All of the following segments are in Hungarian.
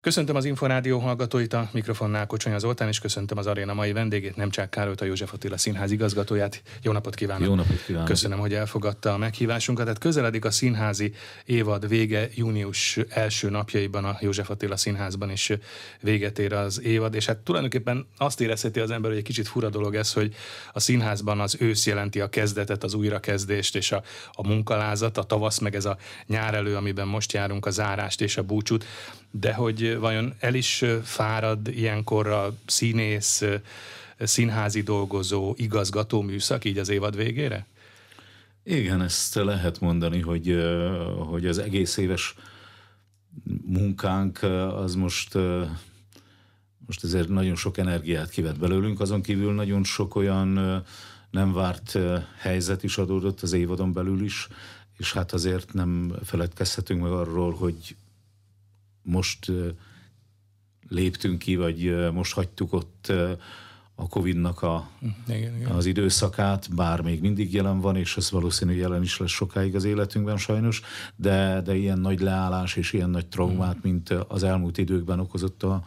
Köszöntöm az Inforádió hallgatóit, a mikrofonnál Kocsonya Zoltán, és köszöntöm az aréna mai vendégét, Nemcsák Károlyt, a József Attila Színház igazgatóját. Jó napot kívánok! Jó napot kívánok! Köszönöm, hogy elfogadta a meghívásunkat. Tehát közeledik a színházi évad vége, június első napjaiban a József Attila Színházban is véget ér az évad, és hát tulajdonképpen azt érezheti az ember, hogy egy kicsit fura dolog ez, hogy a színházban az ősz jelenti a kezdetet, az újrakezdést és a munkalázat, a tavasz meg ez a nyár elő, amiben most járunk, a zárást és a búcsút, de hogy vajon el is fárad ilyenkor a színész, színházi dolgozó, igazgató műszak így az évad végére? Igen, ezt lehet mondani, hogy az egész éves munkánk az most ezért nagyon sok energiát kivett belőlünk, azon kívül nagyon sok olyan nem várt helyzet is adódott az évadon belül is, és hát azért nem feledkezhetünk meg arról, hogy most léptünk ki, vagy most hagytuk ott a Covid-nak az időszakát, bár még mindig jelen van, és ez valószínűleg jelen is lesz sokáig az életünkben sajnos, de ilyen nagy leállás és ilyen nagy traumát, mint az elmúlt időkben okozott a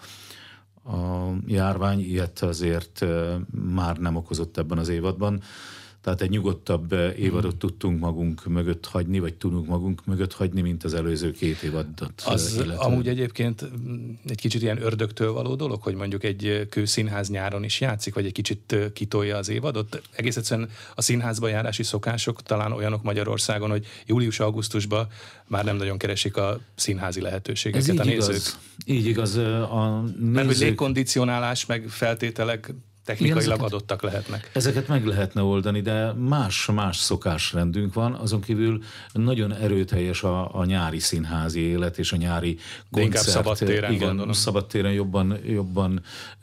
járvány, ilyet azért már nem okozott ebben az évadban. Tehát egy nyugodtabb évadot tudtunk magunk mögött hagyni, vagy tudunk magunk mögött hagyni, mint az előző 2 évadot. Az amúgy egyébként egy kicsit ilyen ördögtől való dolog, hogy mondjuk egy kőszínház nyáron is játszik, vagy egy kicsit kitolja az évadot. Egész egyszerűen a színházba járási szokások talán olyanok Magyarországon, hogy július-augusztusban már nem nagyon keresik a színházi lehetőségeket a nézők. Igaz. Így igaz. A nézők... Mert hogy légkondicionálás, meg feltételek technikailag adottak lehetnek. Ezeket meg lehetne oldani, de más szokásrendünk van, azon kívül nagyon erőteljes a nyári színházi élet és a nyári koncert. De inkább szabadtéren, igen, gondolom. Szabadtéren jobban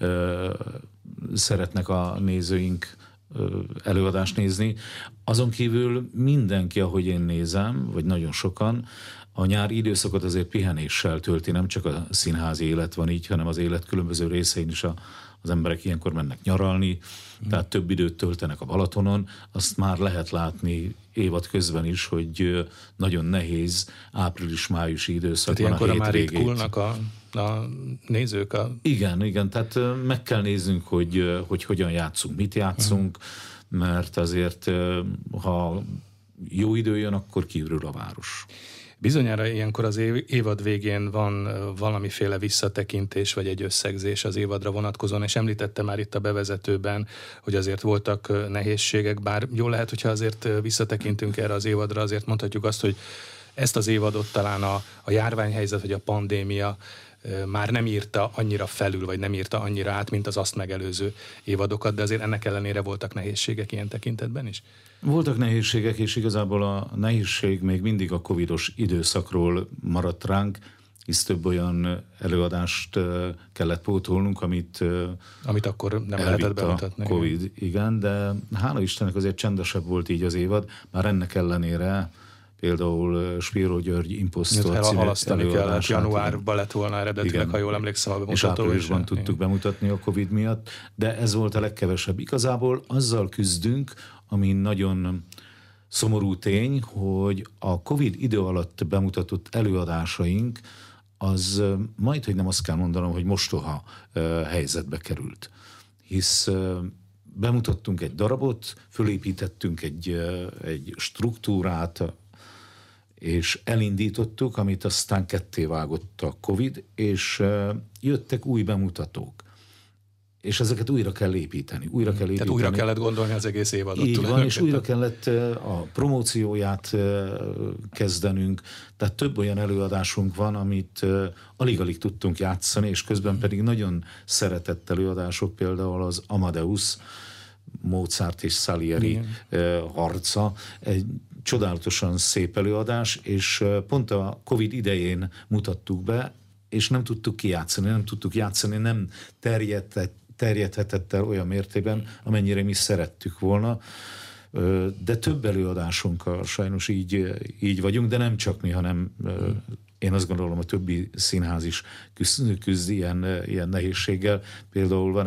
szeretnek a nézőink előadást nézni. Azon kívül mindenki, ahogy én nézem, vagy nagyon sokan, a nyári időszakot azért pihenéssel tölti, nem csak a színházi élet van így, hanem az élet különböző részein is az emberek ilyenkor mennek nyaralni, tehát több időt töltenek a Balatonon. Azt már lehet látni évad közben is, hogy nagyon nehéz április-májusi időszakban a hétvégét. Tehát ilyenkor már ritkulnak a nézők? Igen, tehát meg kell néznünk, hogy hogyan játszunk, mit játszunk, mert azért, ha jó idő jön, akkor kiürül a város. Bizonyára ilyenkor az évad végén van valamiféle visszatekintés, vagy egy összegzés az évadra vonatkozóan, és említette már itt a bevezetőben, hogy azért voltak nehézségek, bár jól lehet, hogyha azért visszatekintünk erre az évadra, azért mondhatjuk azt, hogy ezt az évadot talán a járványhelyzet, vagy a pandémia már nem írta annyira felül, vagy nem írta annyira át, mint az azt megelőző évadokat, de azért ennek ellenére voltak nehézségek ilyen tekintetben is? Voltak nehézségek, és igazából a nehézség még mindig a covidos időszakról maradt ránk, hisz több olyan előadást kellett pótolnunk, amit akkor nem lehetett bemutatni. A Covid, igen, de hála Istennek azért csendesebb volt így az évad, már ennek ellenére például Spiro György Imposztor című előadását. Januárban lett volna eredetileg, ha jól emlékszem a bemutató. És áprilisban tudtuk bemutatni a Covid miatt, de ez volt a legkevesebb. Igazából azzal küzdünk, ami nagyon szomorú tény, hogy a Covid idő alatt bemutatott előadásaink az majdhogy nem azt kell mondanom, hogy mostoha helyzetbe került. Hisz bemutattunk egy darabot, fölépítettünk egy struktúrát, és elindítottuk, amit aztán kettévágott a Covid, és jöttek új bemutatók. És ezeket újra kell építeni. Tehát újra kellett gondolni az egész évadot. Így van, és újra kellett a promócióját kezdenünk. Tehát több olyan előadásunk van, amit alig-alig tudtunk játszani, és közben pedig nagyon szeretett előadások, például az Amadeus, Mozart és Salieri harca, egy csodálatosan szép előadás, és pont a Covid idején mutattuk be, és nem tudtuk kijátszani, nem terjedhetett el olyan mértékben, amennyire mi szerettük volna, de több előadásunkkal sajnos így vagyunk, de nem csak mi, hanem én azt gondolom, a többi színház is küzd ilyen nehézséggel. Például van egy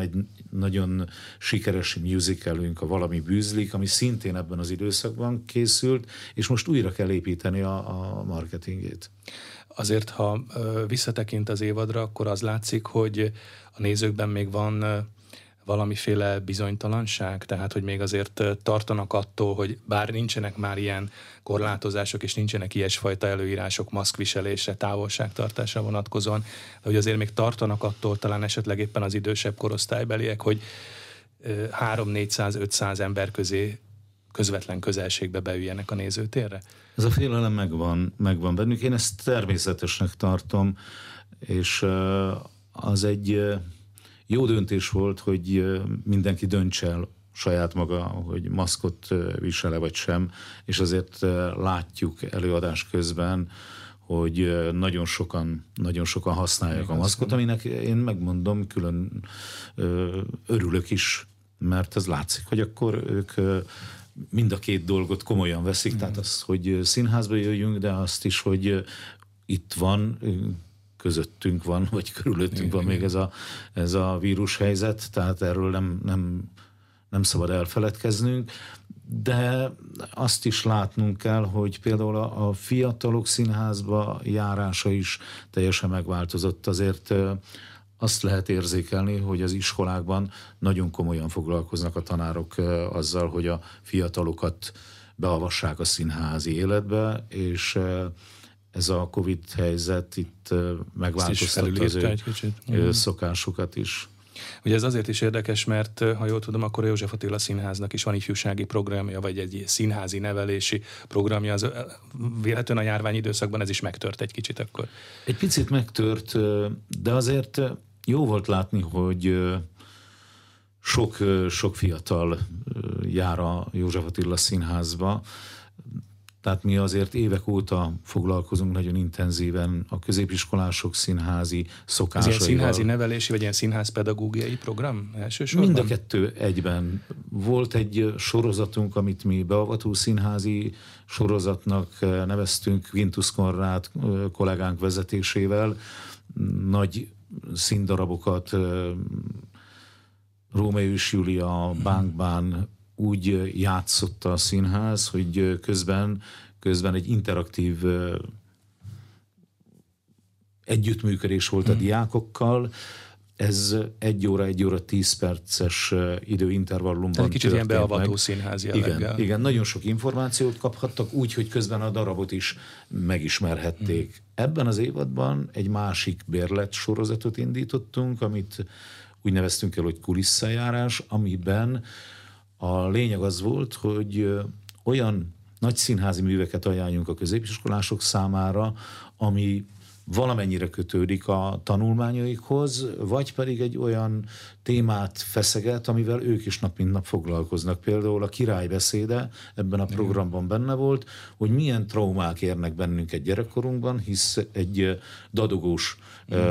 nagyon sikeres musicalünk, a Valami bűzlik, ami szintén ebben az időszakban készült, és most újra kell építeni a marketingét. Azért, ha visszatekint az évadra, akkor az látszik, hogy a nézőkben még van valamiféle bizonytalanság, tehát hogy még azért tartanak attól, hogy bár nincsenek már ilyen korlátozások, és nincsenek ilyesfajta előírások maszkviselésre, távolságtartásra vonatkozóan, de hogy azért még tartanak attól, talán esetleg éppen az idősebb korosztálybeliek, hogy 300-400-500 ember közé közvetlen közelségbe beüljenek a nézőtérre? Ez a félelem megvan bennük. Én ezt természetesnek tartom, és az egy jó döntés volt, hogy mindenki dönts el saját maga, hogy maszkot visel-e vagy sem, és azért látjuk előadás közben, hogy nagyon sokan használják a maszkot, aminek én megmondom, külön örülök is, mert ez látszik, hogy akkor ők mind a két dolgot komolyan veszik, tehát az, hogy színházba jöjjünk, de azt is, hogy itt van, közöttünk van, vagy körülöttünk van még ez a vírushelyzet, tehát erről nem szabad elfeledkeznünk, de azt is látnunk kell, hogy például a fiatalok színházba járása is teljesen megváltozott. Azért azt lehet érzékelni, hogy az iskolákban nagyon komolyan foglalkoznak a tanárok azzal, hogy a fiatalokat beavassák a színházi életbe, és ez a Covid helyzet itt megváltoztatta az ő szokásukat is. Ugye ez azért is érdekes, mert ha jól tudom, akkor a József Attila Színháznak is van ifjúsági programja, vagy egy színházi nevelési programja. Az véletlenül a járvány időszakban ez is megtört egy kicsit akkor. Egy picit megtört, de azért jó volt látni, hogy sok fiatal jár a József Attila Színházba. Tehát mi azért évek óta foglalkozunk nagyon intenzíven a középiskolások színházi szokásaival. Ez ilyen színházi nevelési, vagy ilyen színházpedagógiai program elsősorban? Mind a kettő egyben. Volt egy sorozatunk, amit mi beavató színházi sorozatnak neveztünk, Quintus Konrád kollégánk vezetésével. Nagy színdarabokat, Rómeó és Júlia, Bánkbán úgy játszotta a színház, hogy közben egy interaktív együttműködés volt a diákokkal. Ez 1 óra 10 perces időintervallumban egy kicsit ilyen beavató színház jelleggel. Igen, nagyon sok információt kaphattak úgy, hogy közben a darabot is megismerhették. Ebben az évadban egy másik bérlet sorozatot indítottunk, amit úgy neveztünk el, hogy kulisszajárás, amiben a lényeg az volt, hogy olyan nagy színházi műveket ajánljunk a középiskolások számára, ami valamennyire kötődik a tanulmányaikhoz, vagy pedig egy olyan témát feszeget, amivel ők is nap mint nap foglalkoznak. Például a Király beszéde ebben a programban benne volt, hogy milyen traumák érnek bennünket gyerekkorunkban, hisz egy dadogós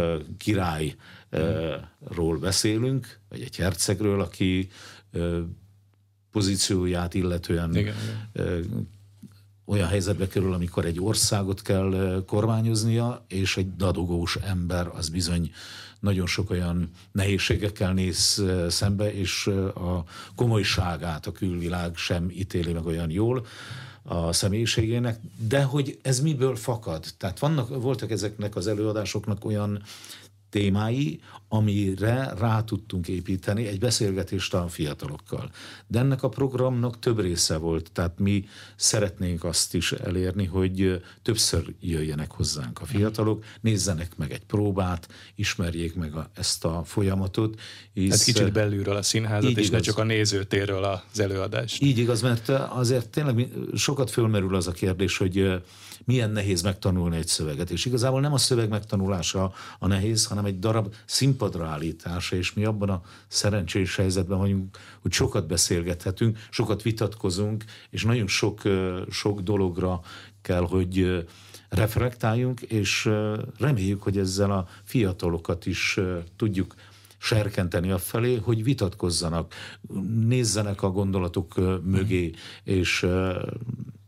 királyról beszélünk, vagy egy hercegről, aki pozícióját illetően olyan helyzetbe kerül, amikor egy országot kell kormányoznia, és egy dadogós ember az bizony nagyon sok olyan nehézségekkel néz szembe, és a komolyságát a külvilág sem ítéli meg olyan jól a személyiségének, de hogy ez miből fakad? Tehát voltak ezeknek az előadásoknak olyan témái, amire rá tudtunk építeni egy beszélgetést a fiatalokkal. De ennek a programnak több része volt, tehát mi szeretnénk azt is elérni, hogy többször jöjjenek hozzánk a fiatalok, nézzenek meg egy próbát, ismerjék meg ezt a folyamatot. Hát kicsit belülről a színházat, és ne csak a nézőtérről az előadást. Így igaz, mert azért tényleg sokat fölmerül az a kérdés, hogy milyen nehéz megtanulni egy szöveget. És igazából nem a szöveg megtanulása a nehéz, hanem egy darab színpadra állítása, és mi abban a szerencsés helyzetben vagyunk, hogy sokat beszélgethetünk, sokat vitatkozunk, és nagyon sok dologra kell, hogy reflektáljunk, és reméljük, hogy ezzel a fiatalokat is tudjuk serkenteni afelé, hogy vitatkozzanak, nézzenek a gondolatok mögé, és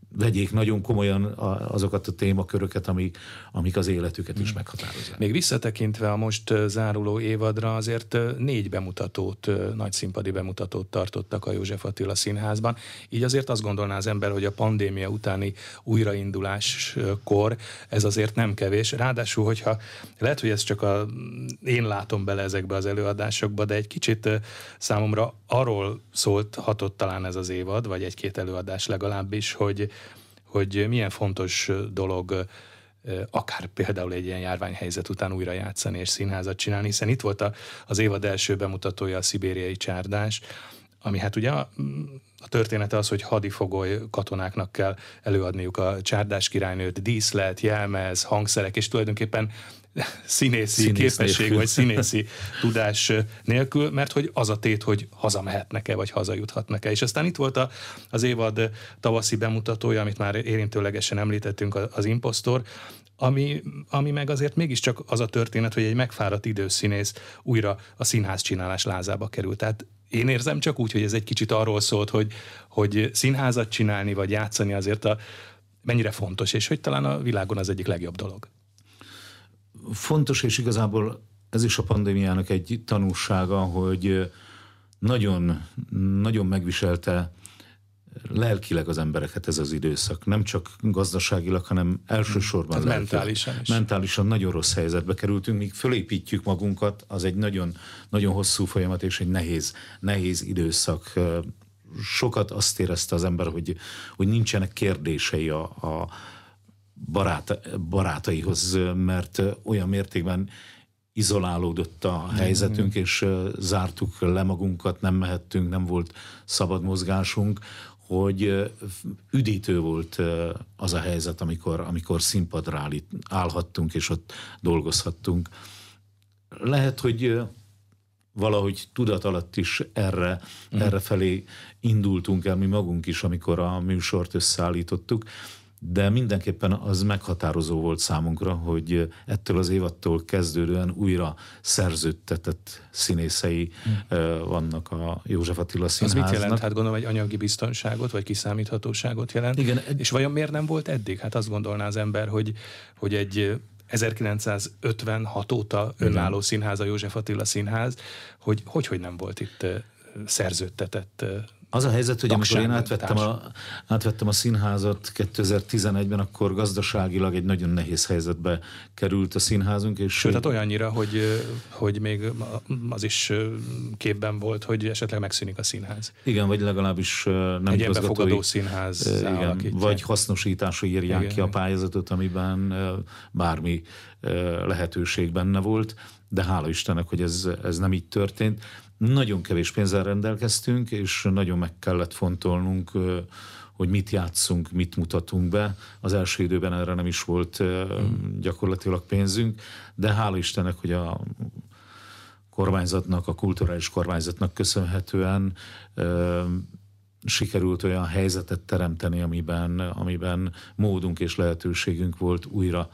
vegyék nagyon komolyan azokat a témaköröket, amik az életüket is meghatározzák. Még visszatekintve a most záruló évadra azért 4 bemutatót, nagy színpadi bemutatót tartottak a József Attila Színházban. Így azért azt gondolná az ember, hogy a pandémia utáni újrainduláskor ez azért nem kevés. Ráadásul, hogyha lehet, hogy ez csak én látom bele ezekbe az előadásokba, de egy kicsit számomra arról hatott talán ez az évad, vagy egy-két előadás legalábbis, hogy milyen fontos dolog akár például egy ilyen járványhelyzet után újra játszani és színházat csinálni, hiszen itt volt az évad első bemutatója, a Szibériai csárdás, ami hát ugye a története az, hogy hadifogoly katonáknak kell előadniuk a csárdás királynőt, díszlet, jelmez, hangszerek, és tulajdonképpen színészi képesség nélkül, vagy színészi tudás nélkül, mert hogy az a tét, hogy hazamehetnek-e, vagy hazajuthatnak-e. És aztán itt volt az évad tavaszi bemutatója, amit már érintőlegesen említettünk, az Impostor, ami meg azért mégiscsak az a történet, hogy egy megfáradt időszínész újra a színház csinálás lázába került. Tehát én érzem csak úgy, hogy ez egy kicsit arról szólt, hogy színházat csinálni, vagy játszani azért mennyire fontos, és hogy talán a világon az egyik legjobb dolog. Fontos, és igazából ez is a pandémiának egy tanulsága, hogy nagyon, nagyon megviselte lelkileg az embereket ez az időszak. Nem csak gazdaságilag, hanem elsősorban mentálisan is. Mentálisan nagyon rossz helyzetbe kerültünk, míg fölépítjük magunkat, az egy nagyon, nagyon hosszú folyamat és egy nehéz időszak. Sokat azt érezte az ember, hogy nincsenek kérdései a barátaihoz, mert olyan mértékben izolálódott a helyzetünk, és zártuk le magunkat, nem mehettünk, nem volt szabad mozgásunk, hogy üdítő volt az a helyzet, amikor színpadra állhattunk, és ott dolgozhattunk. Lehet, hogy valahogy tudat alatt is erre felé indultunk el mi magunk is, amikor a műsort összeállítottuk, de mindenképpen az meghatározó volt számunkra, hogy ettől az évattól kezdődően újra szerződtetett színészei vannak a József Attila Színháznak. Az mit jelent? Hát gondolom, egy anyagi biztonságot, vagy kiszámíthatóságot jelent. Igen. És vajon miért nem volt eddig? Hát azt gondolná az ember, hogy egy 1956 óta önálló színház, a József Attila Színház, hogy nem volt itt szerződtetett. Az a helyzet, hogy amikor én átvettem a színházat 2011-ben, akkor gazdaságilag egy nagyon nehéz helyzetbe került a színházunk. És sőt, hát olyannyira, hogy még az is képben volt, hogy esetleg megszűnik a színház. Igen, vagy legalábbis nem egy ilyen befogadó színház. Vagy hasznosításra írják ki a pályázatot, amiben bármi lehetőség benne volt, de hála Istennek, hogy ez nem így történt. Nagyon kevés pénzzel rendelkeztünk, és nagyon meg kellett fontolnunk, hogy mit játszunk, mit mutatunk be. Az első időben erre nem is volt gyakorlatilag pénzünk, de hála Istennek, hogy a kormányzatnak, a kulturális kormányzatnak köszönhetően sikerült olyan helyzetet teremteni, amiben módunk és lehetőségünk volt újra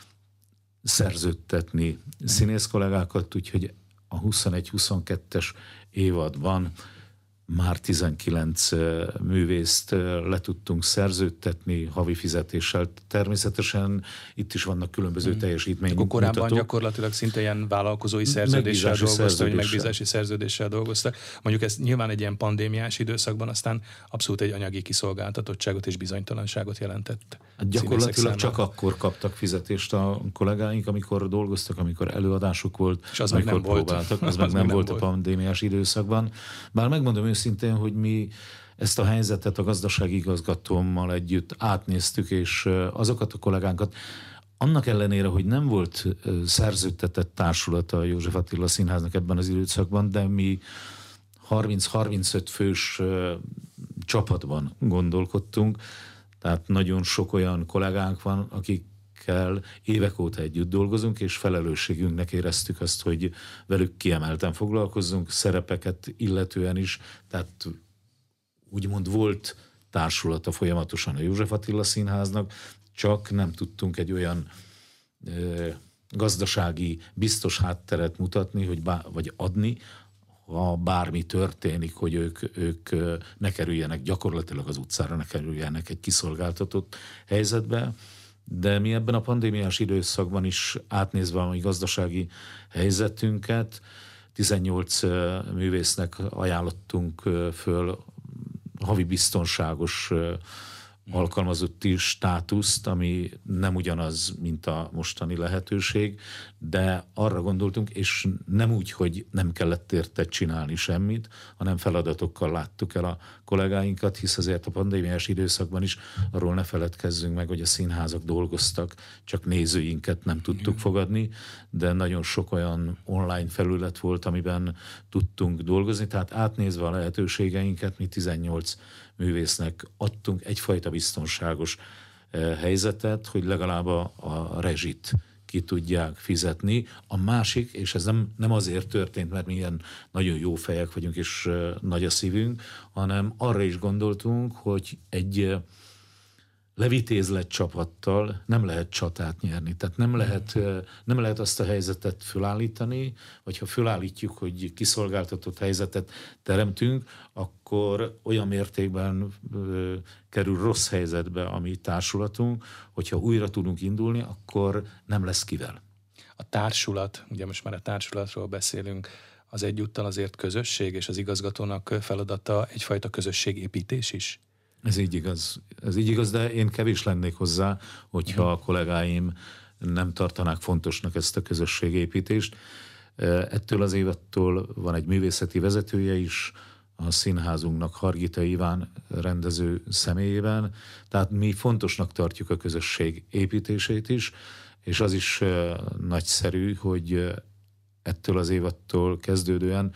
szerződtetni színész kollégákat, úgyhogy a 21-22-es évadban már 19 művészt le tudtunk szerződtetni havi fizetéssel. Természetesen itt is vannak különböző teljesítménymutatók. Akkor korábban gyakorlatilag szinte ilyen vállalkozói szerződéssel dolgoztak, vagy megbízási szerződéssel dolgoztak. Mondjuk ez nyilván egy ilyen pandémiás időszakban aztán abszolút egy anyagi kiszolgáltatottságot és bizonytalanságot jelentett. Hát gyakorlatilag csak akkor kaptak fizetést a kollégáink, amikor dolgoztak, amikor előadásuk volt, és az amikor meg nem próbáltak. Volt. Az meg nem volt a pandémiás időszakban. Bár megmondom őszintén, hogy mi ezt a helyzetet a gazdasági igazgatómmal együtt átnéztük, és azokat a kollégánkat, annak ellenére, hogy nem volt szerződtetett társulata a József Attila Színháznak ebben az időszakban, de mi 30-35 fős csapatban gondolkodtunk, tehát nagyon sok olyan kollégánk van, akikkel évek óta együtt dolgozunk, és felelősségünknek éreztük azt, hogy velük kiemelten foglalkozzunk, szerepeket illetően is, tehát úgymond volt társulata folyamatosan a József Attila Színháznak, csak nem tudtunk egy olyan gazdasági biztos hátteret mutatni, vagy adni, ha bármi történik, hogy ők ne kerüljenek gyakorlatilag az utcára, ne kerüljenek egy kiszolgáltatott helyzetbe. De mi ebben a pandémiás időszakban is átnézve a gazdasági helyzetünket, 18 művésznek ajánlottunk föl havi biztonságos alkalmazotti státuszt, ami nem ugyanaz, mint a mostani lehetőség, de arra gondoltunk, és nem úgy, hogy nem kellett érte csinálni semmit, hanem feladatokkal láttuk el a kollégáinkat, hisz azért a pandémiás időszakban is arról ne feledkezzünk meg, hogy a színházak dolgoztak, csak nézőinket nem tudtuk fogadni, de nagyon sok olyan online felület volt, amiben tudtunk dolgozni, tehát átnézve a lehetőségeinket, mi 18 művésznek adtunk egyfajta biztonságos helyzetet, hogy legalább a rezsit ki tudják fizetni. A másik, és ez nem azért történt, mert mi ilyen nagyon jó fejek vagyunk, és nagy a szívünk, hanem arra is gondoltunk, hogy egy levitézlett csapattal nem lehet csatát nyerni. Tehát nem lehet azt a helyzetet fölállítani, vagy ha fölállítjuk, hogy kiszolgáltatott helyzetet teremtünk, akkor olyan mértékben kerül rossz helyzetbe a mi társulatunk, hogyha újra tudunk indulni, akkor nem lesz kivel. A társulat, ugye most már a társulatról beszélünk, az egyúttal azért közösség, és az igazgatónak feladata egyfajta közösségépítés is? Ez így igaz, de én kevés lennék hozzá, hogyha a kollégáim nem tartanák fontosnak ezt a közösségépítést. Ettől az évattól van egy művészeti vezetője is, a színházunknak Hargita Iván rendező személyében, tehát mi fontosnak tartjuk a közösség építését is, és az is nagyszerű, hogy ettől az évattól kezdődően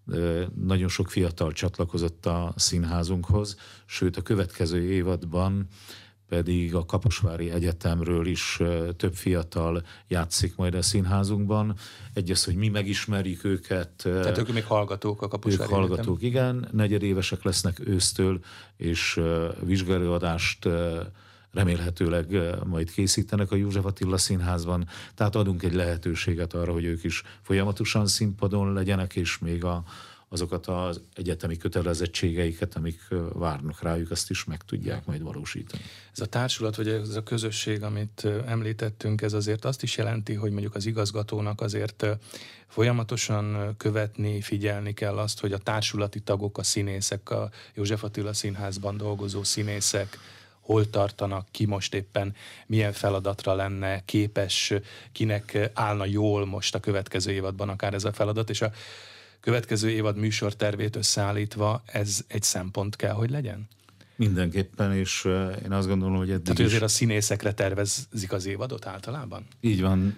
nagyon sok fiatal csatlakozott a színházunkhoz, sőt a következő évadban pedig a Kaposvári Egyetemről is több fiatal játszik majd a színházunkban. Egy az, hogy mi megismerjük őket. Tehát ők még hallgatók a Kaposvári Egyetem. Ők hallgatók, igen. Negyedévesek lesznek ősztől, és vizsgálóadást remélhetőleg majd készítenek a József Attila Színházban. Tehát adunk egy lehetőséget arra, hogy ők is folyamatosan színpadon legyenek, és még azokat az egyetemi kötelezettségeiket, amik várnak rájuk, azt is meg tudják majd valósítani. Ez a társulat, vagy ez a közösség, amit említettünk, ez azért azt is jelenti, hogy mondjuk az igazgatónak azért folyamatosan követni, figyelni kell azt, hogy a társulati tagok, a színészek, a József Attila Színházban dolgozó színészek hol tartanak, ki most éppen milyen feladatra lenne képes, kinek állna jól most a következő évadban akár ez a feladat, és a következő évad műsortervét összeállítva ez egy szempont kell, hogy legyen? Mindenképpen, és én azt gondolom, hogy eddig tehát, hogy azért a színészekre tervezik az évadot általában? Így van.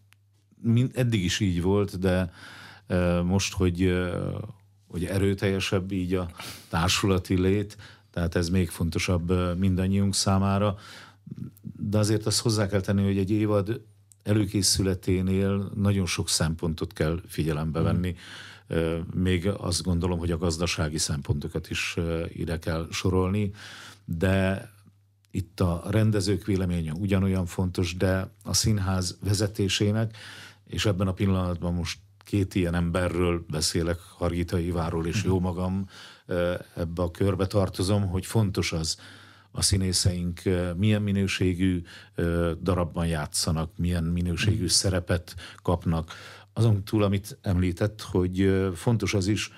Eddig is így volt, de most, hogy erőteljesebb így a társulati lét, tehát ez még fontosabb mindannyiunk számára. De azért azt hozzá kell tenni, hogy egy évad előkészületénél nagyon sok szempontot kell figyelembe venni. Még azt gondolom, hogy a gazdasági szempontokat is ide kell sorolni, de itt a rendezők véleménye ugyanolyan fontos, de a színház vezetésének, és ebben a pillanatban most két ilyen emberről beszélek, Hargita Ivánról és jó magam, ebbe a körbe tartozom, hogy fontos az, a színészeink milyen minőségű darabban játszanak, milyen minőségű szerepet kapnak. Azon túl, amit említett, hogy fontos az is,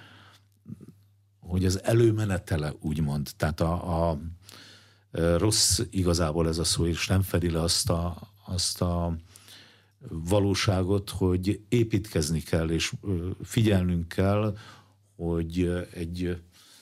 hogy az előmenetele úgymond, tehát a rossz igazából ez a szó, és nem fedi le azt a valóságot, hogy építkezni kell, és figyelnünk kell, hogy egy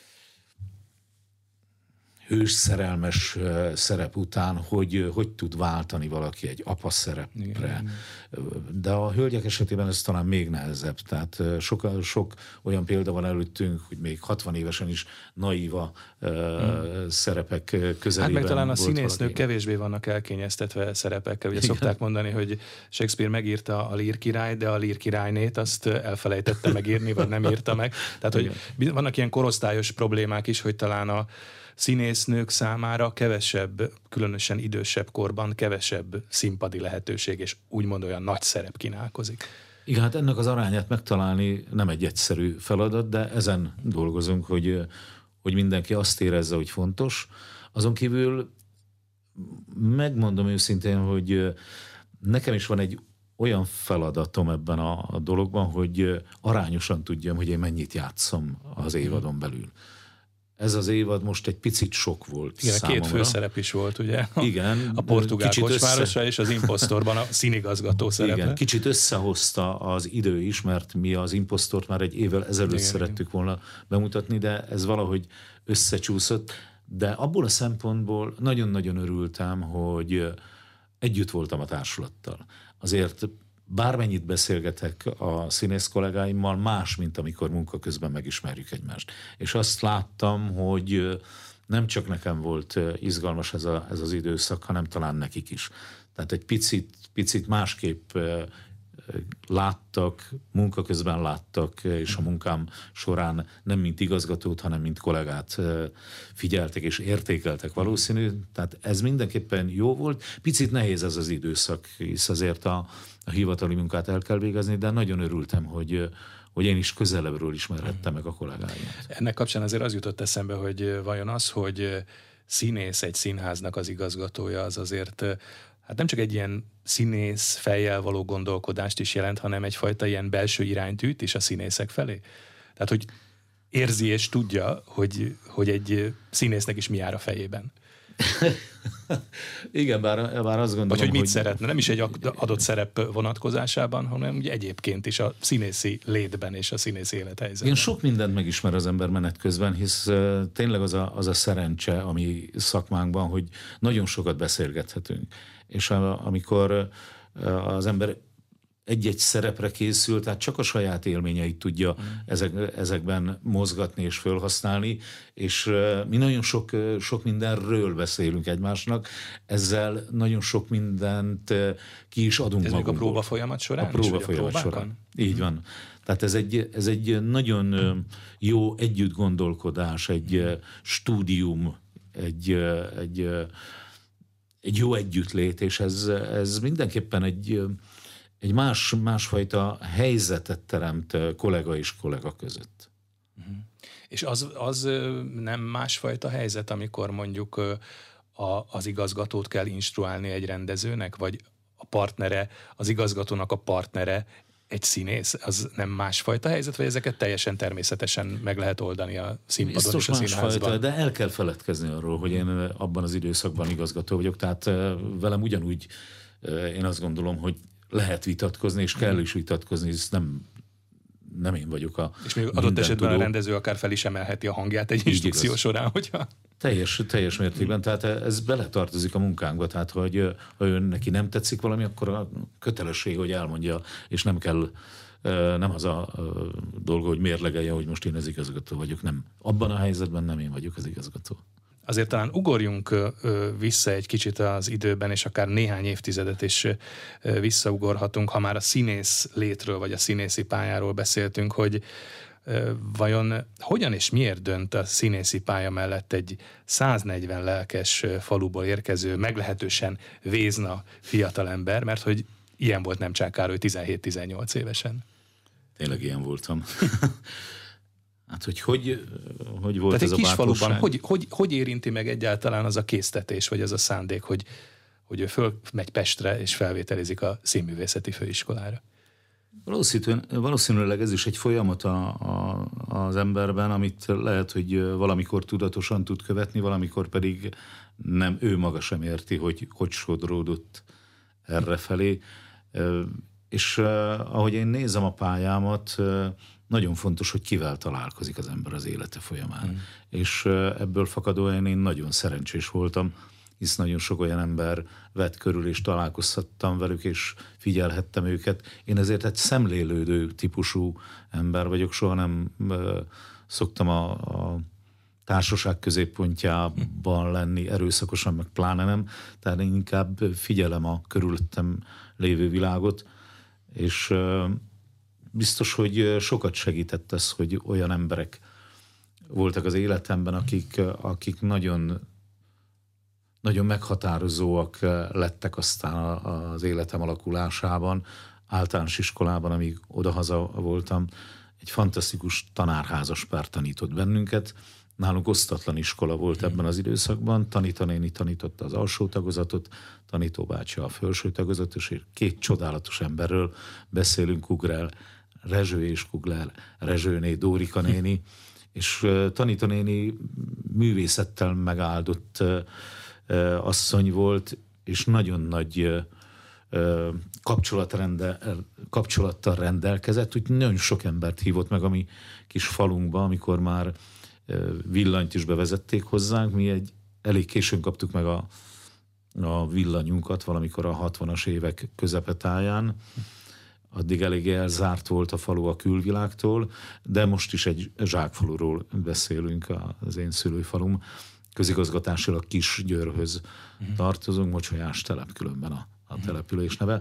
hős szerelmes szerep után, hogy tud váltani valaki egy apa szerepre. Igen. De a hölgyek esetében ez talán még nehezebb. Tehát sok olyan példa van előttünk, hogy még 60 évesen is naíva szerepek közelében. Hát meg talán a színésznők kevésbé vannak elkényeztetve szerepekkel. Ugye szokták mondani, hogy Shakespeare megírta a Lír király, de a Lír királynét azt elfelejtette megírni, vagy nem írta meg. Tehát, hogy vannak ilyen korosztályos problémák is, hogy talán a színésznők számára kevesebb, különösen idősebb korban kevesebb színpadi lehetőség, és úgymond olyan nagy szerep kínálkozik. Igen, hát ennek az arányát megtalálni nem egy egyszerű feladat, de ezen dolgozunk, hogy mindenki azt érezze, hogy fontos. Azon kívül megmondom őszintén, hogy nekem is van egy olyan feladatom ebben a dologban, hogy arányosan tudjam, hogy én mennyit játszom az évadon belül. Ez az évad most egy picit sok volt. Igen, számomra. Két főszerep is volt, ugye? Igen. A portugál kocsmárosa és az Impostorban a színigazgató szerepe. Igen, kicsit összehozta az idő is, mert mi az Impostort már egy évvel ezelőtt szerettük volna bemutatni, de ez valahogy összecsúszott. De abból a szempontból nagyon-nagyon örültem, hogy együtt voltam a társulattal. Azért bármennyit beszélgetek a színész kollégáimmal, más, mint amikor munka közben megismerjük egymást. És azt láttam, hogy nem csak nekem volt izgalmas ez az időszak, hanem talán nekik is. Tehát egy picit másképp láttak, munka közben láttak, és a munkám során nem mint igazgatót, hanem mint kollégát figyeltek és értékeltek valószínű. Tehát ez mindenképpen jó volt. Picit nehéz ez az időszak, hisz azért a hivatali munkát el kell végezni, de nagyon örültem, hogy én is közelebbről ismerhettem meg a kollégáimat. Ennek kapcsán azért az jutott eszembe, hogy vajon az, hogy színész egy színháznak az igazgatója, az azért hát nem csak egy ilyen színész fejjel való gondolkodást is jelent, hanem egyfajta ilyen belső iránytűt is a színészek felé. Tehát, hogy érzi és tudja, hogy egy színésznek is mi jár a fejében. Igen, bár azt gondolom, vagy hogy mit szeretne, nem is egy adott szerep vonatkozásában, hanem ugye egyébként is a színészi létben és a színészi élethelyzetben. Én sok mindent megismer az ember menet közben, hisz tényleg az a szerencse, ami szakmánkban, hogy nagyon sokat beszélgethetünk. És amikor az ember egy-egy szerepre készül, tehát csak a saját élményeit tudja ezekben mozgatni és felhasználni, és mi nagyon sok mindenről beszélünk egymásnak, ezzel nagyon sok mindent ki is adunk magunkból. Ez még a próba folyamat során? A próba folyamat során. Így van. Tehát ez egy nagyon jó együttgondolkodás, egy stúdium, egy jó együttlét, és ez mindenképpen egy másfajta helyzetet teremt kollega és kollega között. És az nem másfajta helyzet, amikor mondjuk az igazgatót kell instruálni egy rendezőnek, vagy a partnere, az igazgatónak a partnere egy színész? Az nem másfajta helyzet, vagy ezeket teljesen természetesen meg lehet oldani a színpadon biztos és a színházban? Másfajta, de el kell feledkezni arról, hogy én abban az időszakban igazgató vagyok, tehát velem ugyanúgy én azt gondolom, hogy lehet vitatkozni, és kell is vitatkozni, ez nem én vagyok a és még adott esetben a rendező akár fel is emelheti a hangját egy instrukció során, hogyha... Teljes mértékben, tehát ez beletartozik a munkánkba, tehát hogy ha neki nem tetszik valami, akkor a kötelesség, hogy elmondja, és nem az a dolga, hogy mérlegelje, hogy most én az igazgató vagyok, nem. Abban a helyzetben nem én vagyok az igazgató. Azért talán ugorjunk vissza egy kicsit az időben, és akár néhány évtizedet is visszaugorhatunk, ha már a színész létről, vagy a színészi pályáról beszéltünk, hogy vajon hogyan és miért dönt a színészi pálya mellett egy 140 lelkes faluból érkező, meglehetősen vézna fiatalember, mert hogy ilyen volt Nemcsák Károly 17-18 évesen. Tényleg ilyen voltam. Hát, hogy volt tehát ez egy kis a bátorság? faluban, hogy érinti meg egyáltalán az a késztetés, vagy az a szándék, hogy ő fölmegy Pestre és felvételizik a Színművészeti Főiskolára? Valószínűleg ez is egy folyamat az emberben, amit lehet, hogy valamikor tudatosan tud követni, valamikor pedig nem, ő maga sem érti, hogy sodródott errefelé. És ahogy én nézem a pályámat, nagyon fontos, hogy kivel találkozik az ember az élete folyamán. És ebből fakadóan én nagyon szerencsés voltam, hisz nagyon sok olyan ember vett körül, és találkozhattam velük, és figyelhettem őket. Én ezért egy szemlélődő típusú ember vagyok, soha nem szoktam a társaság középpontjában lenni erőszakosan, meg pláne nem. Tehát én inkább figyelem a körülöttem lévő világot, és biztos, hogy sokat segített ez, hogy olyan emberek voltak az életemben, akik nagyon, nagyon meghatározóak lettek aztán az életem alakulásában, általános iskolában, amíg odahaza voltam, egy fantasztikus tanárházas pár tanított bennünket. Nálunk osztatlan iskola volt ebben az időszakban, tanítanéni tanította az alsó tagozatot, tanítóbácsi a felső tagozatot, és két csodálatos emberről beszélünk, Kugrel Rezső és Kugler Rezsőné, Dórika néni, és tanítónéni művészettel megáldott asszony volt, és nagyon nagy kapcsolattal rendelkezett, úgy nagyon sok embert hívott meg a mi kis falunkba, amikor már villanyt is bevezették hozzánk. Mi elég későn kaptuk meg a villanyunkat, valamikor a 60-as évek közepetáján. Addig elég elzárt volt a falu a külvilágtól, de most is egy zsákfaluról beszélünk, az én szülőfalum. Közigazgatásilag Kisgyőrhöz tartozunk, Mocsolyás telep különben a település neve.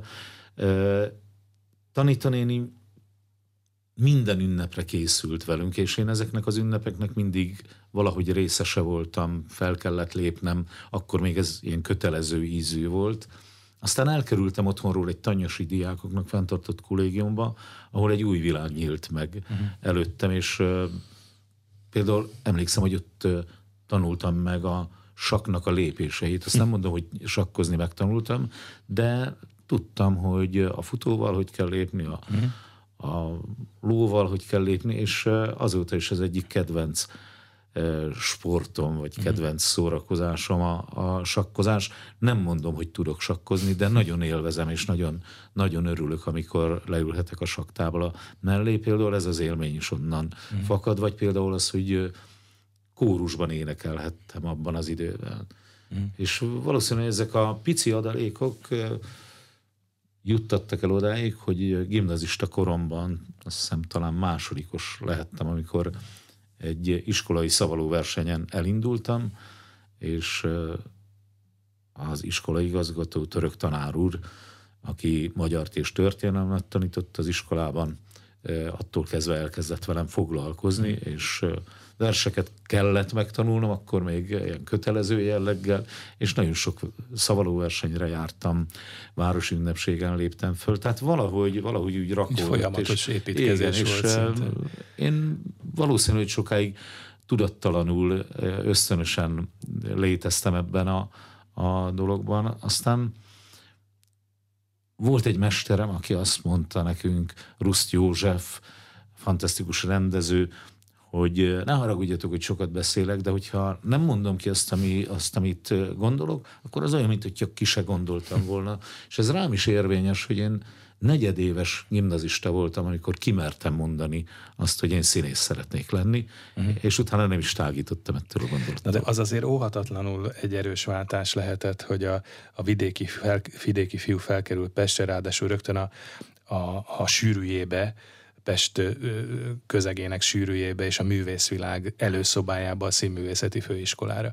Tanítanéni minden ünnepre készült velünk, és én ezeknek az ünnepeknek mindig valahogy részese voltam, fel kellett lépnem, akkor még ez ilyen kötelező ízű volt. Aztán elkerültem otthonról egy tanyasi diákoknak fenntartott kollégiumba, ahol egy új világ nyílt meg előttem, és például emlékszem, hogy ott tanultam meg a sakknak a lépéseit. Azt nem mondom, hogy sakkozni megtanultam, de tudtam, hogy a futóval hogy kell lépni, a lóval hogy kell lépni, és azóta is az egyik kedvenc sportom, vagy kedvenc szórakozásom a sakkozás. Nem mondom, hogy tudok sakkozni, de nagyon élvezem, és nagyon, nagyon örülök, amikor leülhetek a sakktábla mellé. Például ez az élmény is onnan fakad, vagy például az, hogy kórusban énekelhettem abban az időben. És valószínűleg ezek a pici adalékok juttattak el odáig, hogy gimnazista koromban, azt hiszem talán másodikos lehettem, amikor egy iskolai szavalóversenyen elindultam, és az iskolai igazgató, török tanár úr, aki magyart és történelmet tanított az iskolában, attól kezdve elkezdett velem foglalkozni, és verseket kellett megtanulnom, akkor még ilyen kötelező jelleggel, és nagyon sok szavalóversenyre jártam, városi ünnepségen léptem föl, tehát valahogy úgy rakolt. Folyamatos építkezés volt. Én valószínű, hogy sokáig tudattalanul, ösztönösen léteztem ebben a dologban. Aztán volt egy mesterem, aki azt mondta nekünk, Ruszt József, fantasztikus rendező, hogy ne haragudjatok, hogy sokat beszélek, de hogyha nem mondom ki azt, amit gondolok, akkor az olyan, mint hogyha ki se gondoltam volna. És ez rám is érvényes, hogy én negyedéves gimnazista voltam, amikor kimertem mondani azt, hogy én színész szeretnék lenni, és utána nem is tágítottam ettől a gondolattól. De az azért óhatatlanul egy erős váltás lehetett, hogy a vidéki fiú felkerül Pestre, ráadásul rögtön a sűrűjébe, Pest közegének sűrűjébe és a művészvilág előszobájába, a színművészeti főiskolára.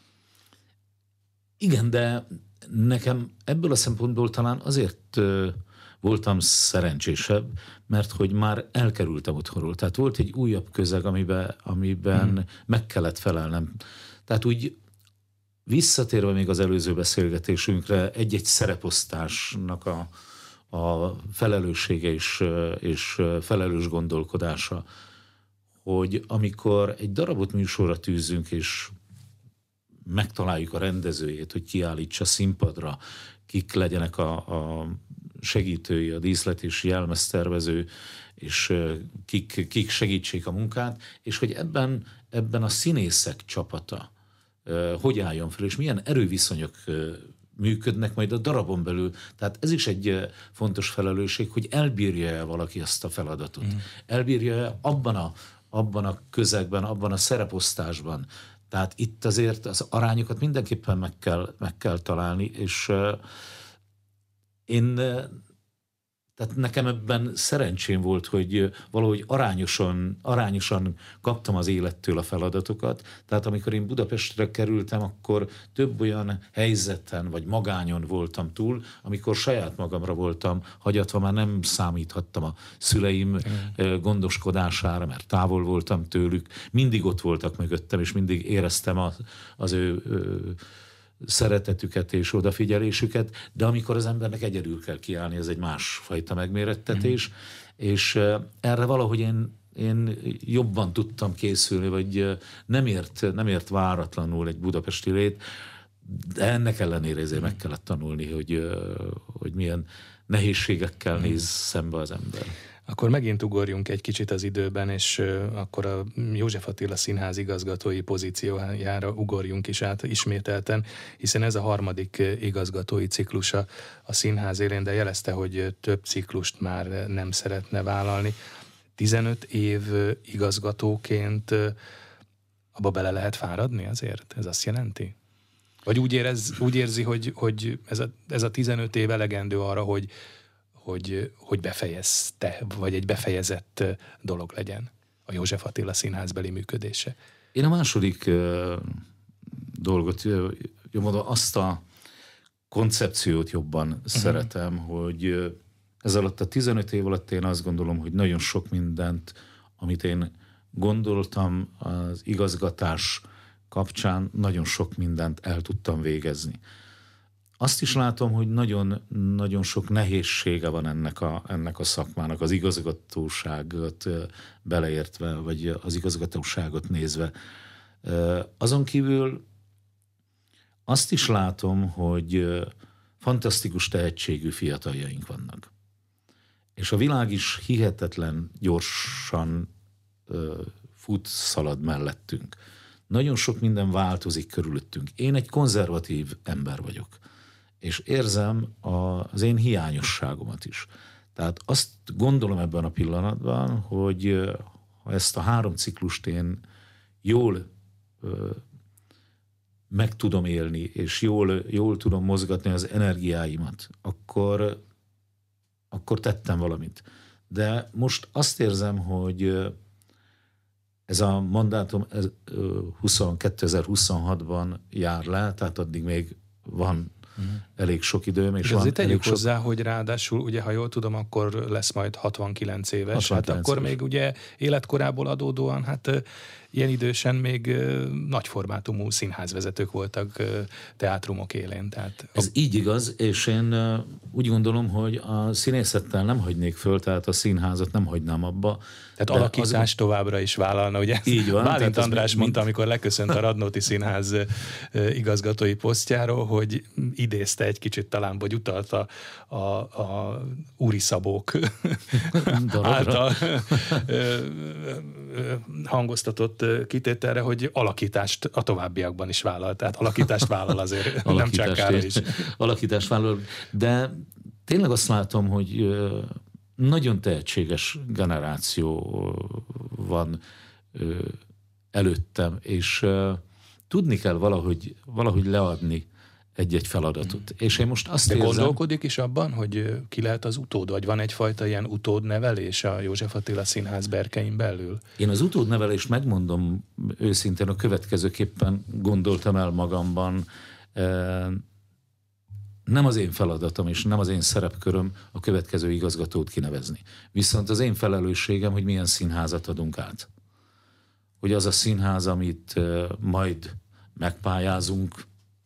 Igen, de nekem ebből a szempontból talán azért voltam szerencsésebb, mert hogy már elkerültem otthonról. Tehát volt egy újabb közeg, amiben meg kellett felelnem. Tehát úgy visszatérve még az előző beszélgetésünkre, egy-egy szereposztásnak a felelőssége és felelős gondolkodása, hogy amikor egy darabot műsorra tűzünk, és megtaláljuk a rendezőjét, hogy kiállítsa színpadra, kik legyenek a segítői, a díszlet és jelmeztervező, és kik segítsék a munkát, és hogy ebben a színészek csapata hogy álljon fel, és milyen erőviszonyok működnek majd a darabon belül. Tehát ez is egy fontos felelősség, hogy elbírja-e valaki azt a feladatot. Elbírja-e abban a közegben, abban a szereposztásban. Tehát itt azért az arányokat mindenképpen meg kell találni, és tehát nekem ebben szerencsém volt, hogy valahogy arányosan kaptam az élettől a feladatokat. Tehát amikor én Budapestre kerültem, akkor több olyan helyzeten vagy magányon voltam túl, amikor saját magamra voltam hagyatva, már nem számíthattam a szüleim gondoskodására, mert távol voltam tőlük. Mindig ott voltak mögöttem, és mindig éreztem az ő szeretetüket és odafigyelésüket, de amikor az embernek egyedül kell kiállni, ez egy másfajta megmérettetés, és erre valahogy én jobban tudtam készülni, vagy nem ért váratlanul egy budapesti lét, de ennek ellenére ezért meg kellett tanulni, hogy milyen nehézségekkel néz szembe az ember. Akkor megint ugorjunk egy kicsit az időben, és akkor a József Attila Színház igazgatói pozíciójára ugorjunk is át ismételten, hiszen ez a harmadik igazgatói ciklusa a színház élén, de jelezte, hogy több ciklust már nem szeretne vállalni. 15 év igazgatóként abba bele lehet fáradni azért? Ez azt jelenti? Vagy úgy érzi, hogy ez a 15 év elegendő arra, hogy befejezte, vagy egy befejezett dolog legyen a József Attila színházbeli működése? Én a második dolgot, mondom, azt a koncepciót jobban szeretem, hogy ez alatt a 15 év alatt én azt gondolom, hogy nagyon sok mindent, amit én gondoltam az igazgatás kapcsán, nagyon sok mindent el tudtam végezni. Azt is látom, hogy nagyon sok nehézsége van ennek a szakmának, az igazgatóságot beleértve, vagy az igazgatóságot nézve. Azon kívül azt is látom, hogy fantasztikus tehetségű fiataljaink vannak. És a világ is hihetetlen gyorsan szalad mellettünk. Nagyon sok minden változik körülöttünk. Én egy konzervatív ember vagyok, és érzem az én hiányosságomat is. Tehát azt gondolom ebben a pillanatban, hogy ha ezt a 3 ciklust én jól meg tudom élni, és jól tudom mozgatni az energiáimat, akkor tettem valamit. De most azt érzem, hogy ez a mandátum 2026-ban jár le, tehát addig még van elég sok időm. És azért tegyük hozzá, hogy ráadásul, ugye, ha jól tudom, akkor lesz majd 69 éves, 69 hát akkor éves. Még ugye életkorából adódóan, hát ilyen idősen még nagyformátumú színházvezetők voltak teátrumok élén. Tehát ez így igaz, és én úgy gondolom, hogy a színészettel nem hagynék föl, tehát a színházat nem hagynám abba. Tehát alakítás továbbra is vállalna, ugye? Így van. Bálint András mondta, amikor leköszönt a Radnóti Színház igazgatói posztjáról, hogy idézte egy kicsit talán, vagy utalta a Úri Szabók által hangoztatott kitételre, hogy alakítást a továbbiakban is vállal. Tehát alakítást vállal azért, nem csak kára is. Alakítást vállal, de tényleg azt látom, hogy nagyon tehetséges generáció van előttem, és tudni kell valahogy leadni egy-egy feladatot. És én most azt érzem... gondolkodik is abban, hogy ki lehet az utód, vagy van egyfajta ilyen utódnevelés a József Attila Színház berkein belül? Én az utódnevelést megmondom őszintén, a következőképpen gondoltam el magamban. Nem az én feladatom, és nem az én szerepköröm a következő igazgatót kinevezni. Viszont az én felelősségem, hogy milyen színházat adunk át. Hogy az a színház, amit majd megpályázunk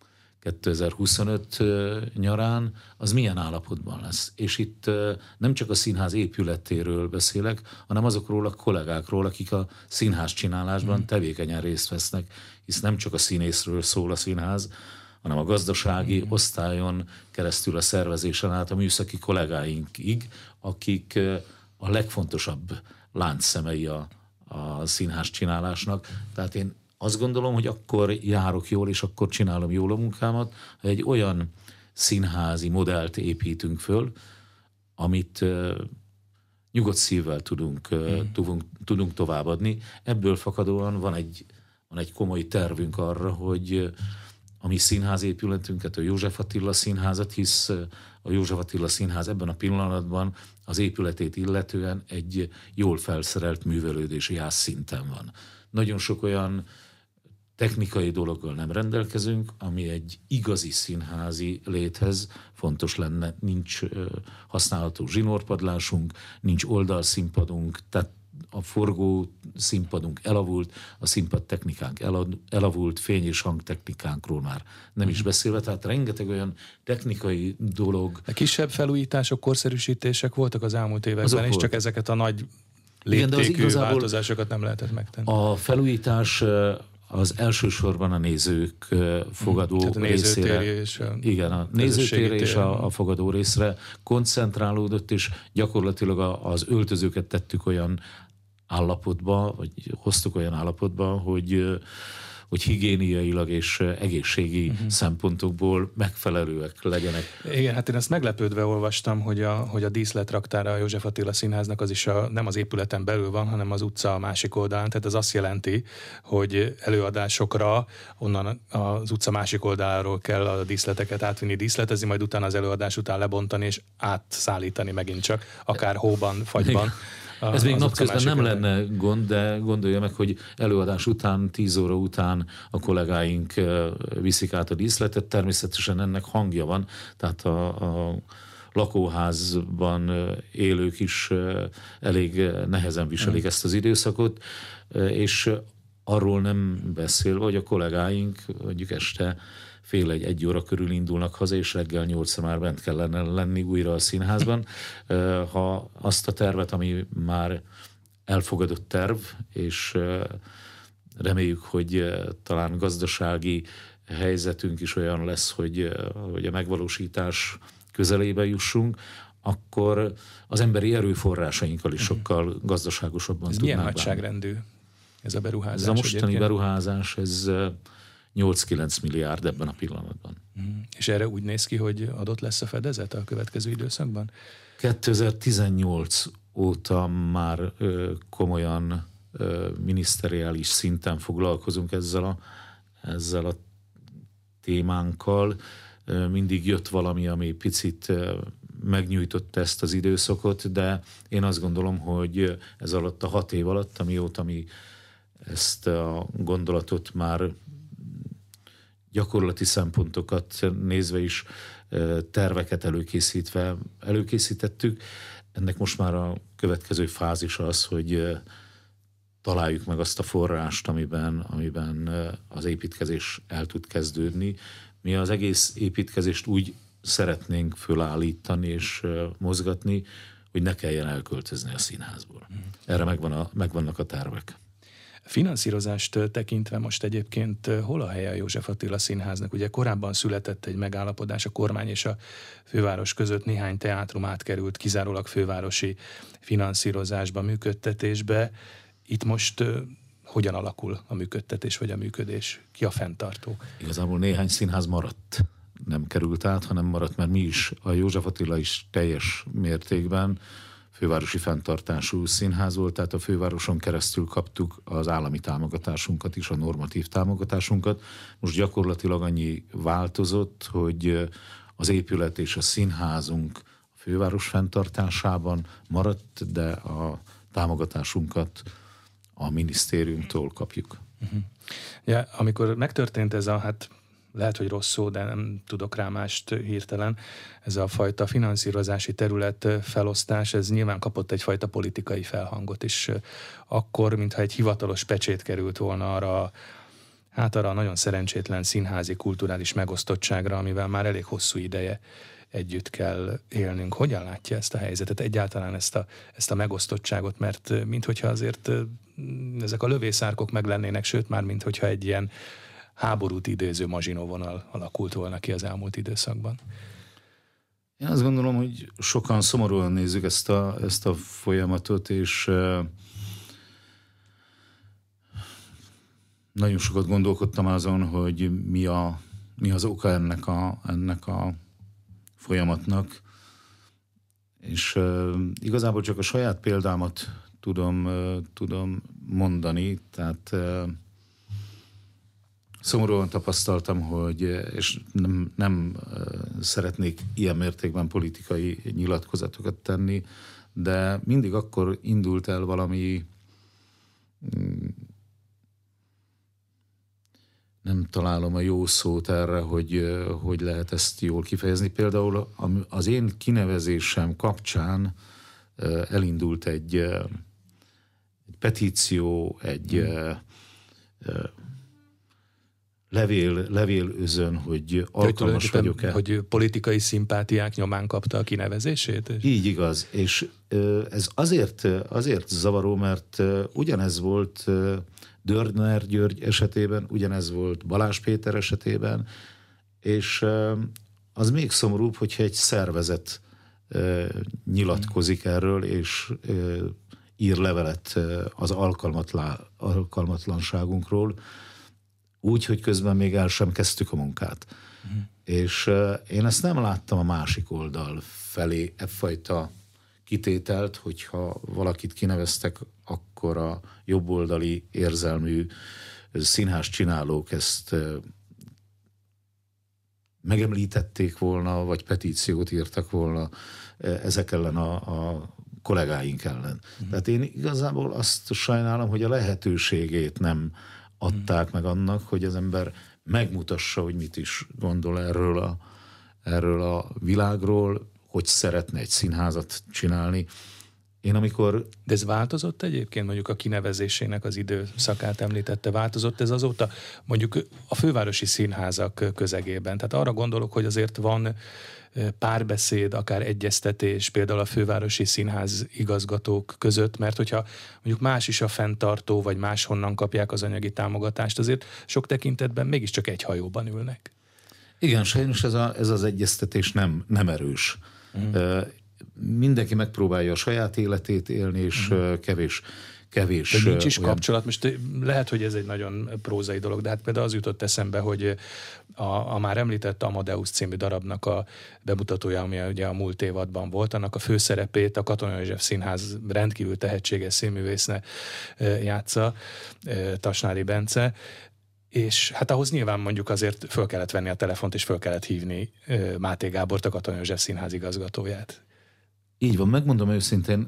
2025 nyarán, az milyen állapotban lesz. És itt nem csak a színház épületéről beszélek, hanem azokról a kollégákról, akik a színház csinálásban tevékenyen részt vesznek, hisz nem csak a színészről szól a színház, hanem a gazdasági osztályon keresztül a szervezésen át a műszaki kollégáinkig, akik a legfontosabb láncszemei a színház csinálásnak. Tehát én azt gondolom, hogy akkor járok jól, és akkor csinálom jól a munkámat, ha egy olyan színházi modellt építünk föl, amit nyugodt szívvel tudunk továbbadni. Ebből fakadóan van egy komoly tervünk arra, hogy a mi színházépületünket, a József Attila Színházat, hisz a József Attila Színház ebben a pillanatban az épületét illetően egy jól felszerelt művelődési szinten van. Nagyon sok olyan technikai dologgal nem rendelkezünk, ami egy igazi színházi léthez fontos lenne. Nincs használható zsinórpadlásunk, nincs oldalszínpadunk, tehát a forgó színpadunk elavult, a színpadtechnikánk elavult, fény- és hangtechnikánkról már nem is beszélve, tehát rengeteg olyan technikai dolog. A kisebb felújítások, korszerűsítések voltak az elmúlt években, és csak ezeket a nagy léptékű változásokat nem lehetett megtenni. A felújítás az elsősorban a nézők fogadó részére. Igen, a nézőtérre és a fogadó részre koncentrálódott, és gyakorlatilag az öltözőket tettük olyan állapotba, vagy hoztuk olyan állapotba, hogy higiéniailag és egészségi szempontokból megfelelőek legyenek. Igen, hát én ezt meglepődve olvastam, hogy a díszletraktára a József Attila Színháznak az is nem az épületen belül van, hanem az utca a másik oldalán. Tehát ez azt jelenti, hogy előadásokra onnan az utca másik oldaláról kell a díszleteket átvinni, díszletezni, majd utána az előadás után lebontani és átszállítani megint csak, akár hóban, fagyban. Ez még napközben nem lenne gond, de gondolja meg, hogy előadás után, 10 óra után a kollégáink viszik át a díszletet, természetesen ennek hangja van, tehát a lakóházban élők is elég nehezen viselik ezt az időszakot, és arról nem beszélve, hogy a kollégáink mondjuk este fél egy óra körül indulnak haza, és reggel 8-ra már bent kellene lenni újra a színházban. Ha azt a tervet, ami már elfogadott terv, és reméljük, hogy talán gazdasági helyzetünk is olyan lesz, hogy a megvalósítás közelébe jussunk, akkor az emberi erőforrásainkkal is sokkal gazdaságosabban tudnánk bánni. Milyen nagyságrendű ez a beruházás? Ez a mostani beruházás, ez 8-9 milliárd ebben a pillanatban. És erre úgy néz ki, hogy adott lesz a fedezet a következő időszakban? 2018 óta már komolyan miniszteriális szinten foglalkozunk ezzel a témánkkal. Mindig jött valami, ami picit megnyújtotta ezt az időszakot, de én azt gondolom, hogy ez alatt a 6 év alatt, amióta mi ezt a gondolatot már gyakorlati szempontokat nézve is terveket előkészítettük. Ennek most már a következő fázis az, hogy találjuk meg azt a forrást, amiben az építkezés el tud kezdődni. Mi az egész építkezést úgy szeretnénk fölállítani és mozgatni, hogy ne kelljen elköltözni a színházból. Erre megvannak a tervek. Finanszírozást tekintve most egyébként hol a helye a József Attila Színháznak? Ugye korábban született egy megállapodás a kormány és a főváros között, néhány teátrum átkerült kizárólag fővárosi finanszírozásba, működtetésbe. Itt most hogyan alakul a működtetés vagy a működés? Ki a fenntartó? Igazából néhány színház maradt. Nem került át, hanem maradt, mert mi is, a József Attila is teljes mértékben fővárosi fenntartású színház volt, tehát a fővároson keresztül kaptuk az állami támogatásunkat is, a normatív támogatásunkat. Most gyakorlatilag annyi változott, hogy az épület és a színházunk a főváros fenntartásában maradt, de a támogatásunkat a minisztériumtól kapjuk. Ja, amikor megtörtént ez lehet, hogy rossz szó, de nem tudok rá mást hirtelen, ez a fajta finanszírozási terület felosztás, ez nyilván kapott egyfajta politikai felhangot is. Akkor, mintha egy hivatalos pecsét került volna arra a nagyon szerencsétlen színházi kulturális megosztottságra, amivel már elég hosszú ideje együtt kell élnünk. Hogyan látja ezt a helyzetet, egyáltalán ezt a megosztottságot, mert minthogyha azért ezek a lövészárkok meg lennének, sőt már minthogyha egy ilyen háborút idéző mazsinóvonal alakult volna ki az elmúlt időszakban. Én azt gondolom, hogy sokan szomorúan nézzük ezt a folyamatot, és nagyon sokat gondolkodtam azon, hogy mi az oka ennek a folyamatnak, és igazából csak a saját példámat tudom mondani, tehát szomorúan tapasztaltam, és nem szeretnék ilyen mértékben politikai nyilatkozatokat tenni, de mindig akkor indult el valami, nem találom a jó szót erre, hogy lehet ezt jól kifejezni. Például az én kinevezésem kapcsán elindult egy petíció, egy levélözön, hogy alkalmas vagyok-e. Hogy politikai szimpátiák nyomán kapta a kinevezését? Így igaz, és ez azért zavaró, mert ugyanez volt Dörner György esetében, ugyanez volt Balázs Péter esetében, és az még szomorúbb, hogyha egy szervezet nyilatkozik erről, és ír levelet az alkalmatlanságunkról, úgy, hogy közben még el sem kezdtük a munkát. És én ezt nem láttam a másik oldal felé, effajta kitételt, hogyha valakit kineveztek, akkor a jobboldali érzelmű színház csinálók ezt megemlítették volna, vagy petíciót írtak volna ezek ellen a kollégáink ellen. Tehát én igazából azt sajnálom, hogy a lehetőségét nem adták meg annak, hogy az ember megmutassa, hogy mit is gondol erről a világról, hogy szeretne egy színházat csinálni. De ez változott egyébként, mondjuk a kinevezésének az időszakát említette, változott ez azóta mondjuk a fővárosi színházak közegében? Tehát arra gondolok, hogy azért van párbeszéd, akár egyeztetés például a fővárosi színház igazgatók között, mert hogyha mondjuk más is a fenntartó, vagy máshonnan kapják az anyagi támogatást, azért sok tekintetben mégiscsak egy hajóban ülnek. Igen, sajnos ez az egyeztetés nem erős. Mindenki megpróbálja a saját életét élni, és kevés. De nincs is kapcsolat. Most lehet, hogy ez egy nagyon prózai dolog, de hát például az jutott eszembe, hogy a már említett Amadeus című darabnak a bemutatója, ami ugye a múlt évadban volt, annak a főszerepét a Katona József Színház rendkívül tehetséges színművészne játsza, Tasnádi Bence, és hát ahhoz nyilván mondjuk azért föl kellett venni a telefont, és föl kellett hívni Máté Gábort, a Katona József Színház igazgatóját. Így van, megmondom őszintén,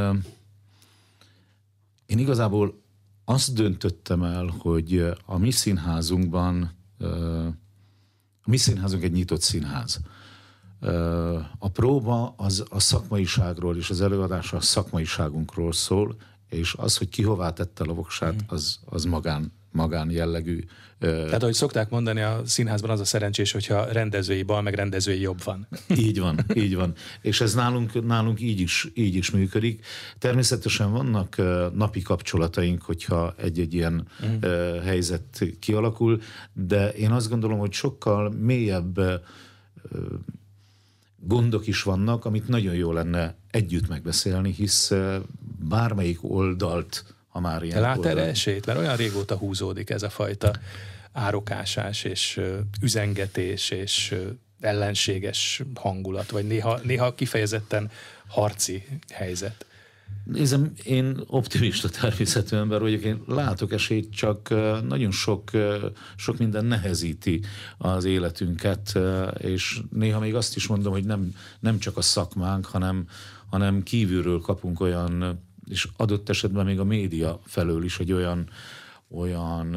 én igazából azt döntöttem el, hogy a mi színházunkban, a mi színházunk egy nyitott színház. A próba az a szakmaiságról, és az előadás a szakmaiságunkról szól, és az, hogy ki hová tette a voksát, az magán jellegű. Tehát, ahogy szokták mondani, a színházban az a szerencsés, hogyha rendezői bal, meg rendezői jobb van. Így van. És ez nálunk így is működik. Természetesen vannak napi kapcsolataink, hogyha egy ilyen helyzet kialakul, de én azt gondolom, hogy sokkal mélyebb gondok is vannak, amit nagyon jó lenne együtt megbeszélni, hisz bármelyik oldalt, ha már ilyen... De lát erre esélyt? Mert olyan régóta húzódik ez a fajta árokásás és üzengetés és ellenséges hangulat, vagy néha kifejezetten harci helyzet. Nézem, én optimista természetű ember vagyok, én látok esélyt, csak nagyon sok minden nehezíti az életünket, és néha még azt is mondom, hogy nem csak a szakmánk, hanem kívülről kapunk olyan, és adott esetben még a média felől is egy olyan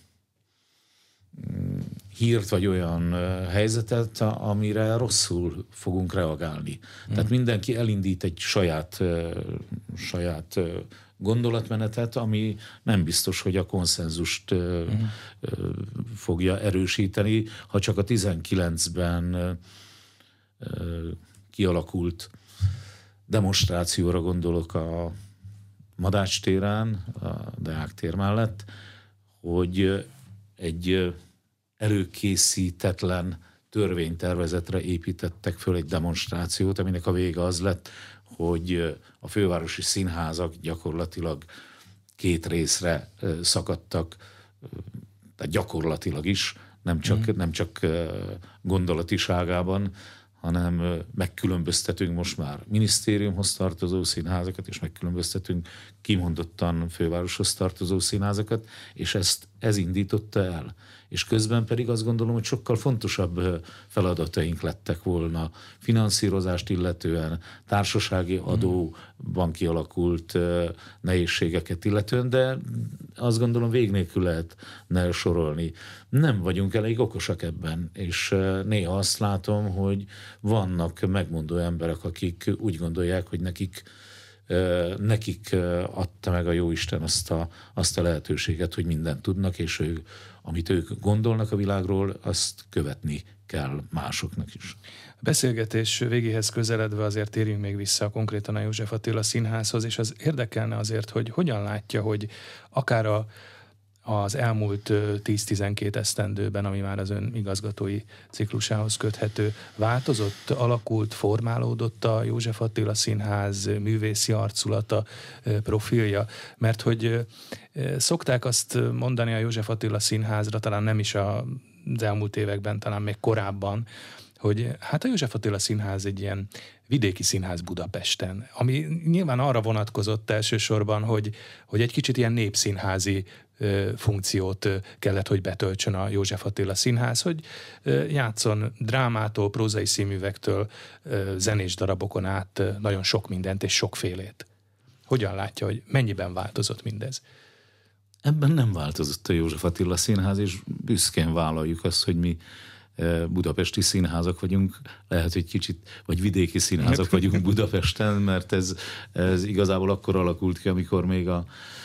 hírt, vagy olyan helyzetet, amire rosszul fogunk reagálni. Tehát mindenki elindít egy saját gondolatmenetet, ami nem biztos, hogy a konszenzust fogja erősíteni, ha csak a 19-ben kialakult demonstrációra gondolok a Madács téren, a Deák tér mellett, hogy egy előkészítetlen törvénytervezetre építettek föl egy demonstrációt, aminek a vége az lett, hogy a fővárosi színházak gyakorlatilag 2 részre szakadtak, tehát gyakorlatilag is, nem csak gondolatiságában, hanem megkülönböztetünk most már minisztériumhoz tartozó színházakat, és megkülönböztetünk kimondottan fővároshoz tartozó színházakat, és ez indította el. És közben pedig azt gondolom, hogy sokkal fontosabb feladataink lettek volna finanszírozást illetően, társasági adóban kialakult nehézségeket illetően, de azt gondolom vég nélkül lehetne sorolni. Nem vagyunk elég okosak ebben, és néha azt látom, hogy vannak megmondó emberek, akik úgy gondolják, hogy nekik nekik adta meg a Jóisten azt a lehetőséget, hogy mindent tudnak, és amit ők gondolnak a világról, azt követni kell másoknak is. A beszélgetés végéhez közeledve azért térjünk még vissza konkrétan a József Attila Színházhoz, és az érdekelne azért, hogy hogyan látja, hogy akár az elmúlt 10-12 esztendőben, ami már az ön igazgatói ciklusához köthető, változott, alakult, formálódott a József Attila Színház művészi arculata, profilja? Mert hogy szokták azt mondani a József Attila Színházra, talán nem is az elmúlt években, talán még korábban, hogy hát a József Attila Színház egy ilyen vidéki színház Budapesten, ami nyilván arra vonatkozott elsősorban, hogy egy kicsit ilyen népszínházi funkciót kellett, hogy betöltsön a József Attila Színház, hogy játszon drámától, prózai színművektől, zenés darabokon át nagyon sok mindent és sokfélét. Hogyan látja, hogy mennyiben változott mindez? Ebben nem változott a József Attila Színház, és büszkén vállaljuk azt, hogy mi budapesti színházak vagyunk, lehet, hogy kicsit, vagy vidéki színházak vagyunk Budapesten, mert ez igazából akkor alakult ki, amikor még a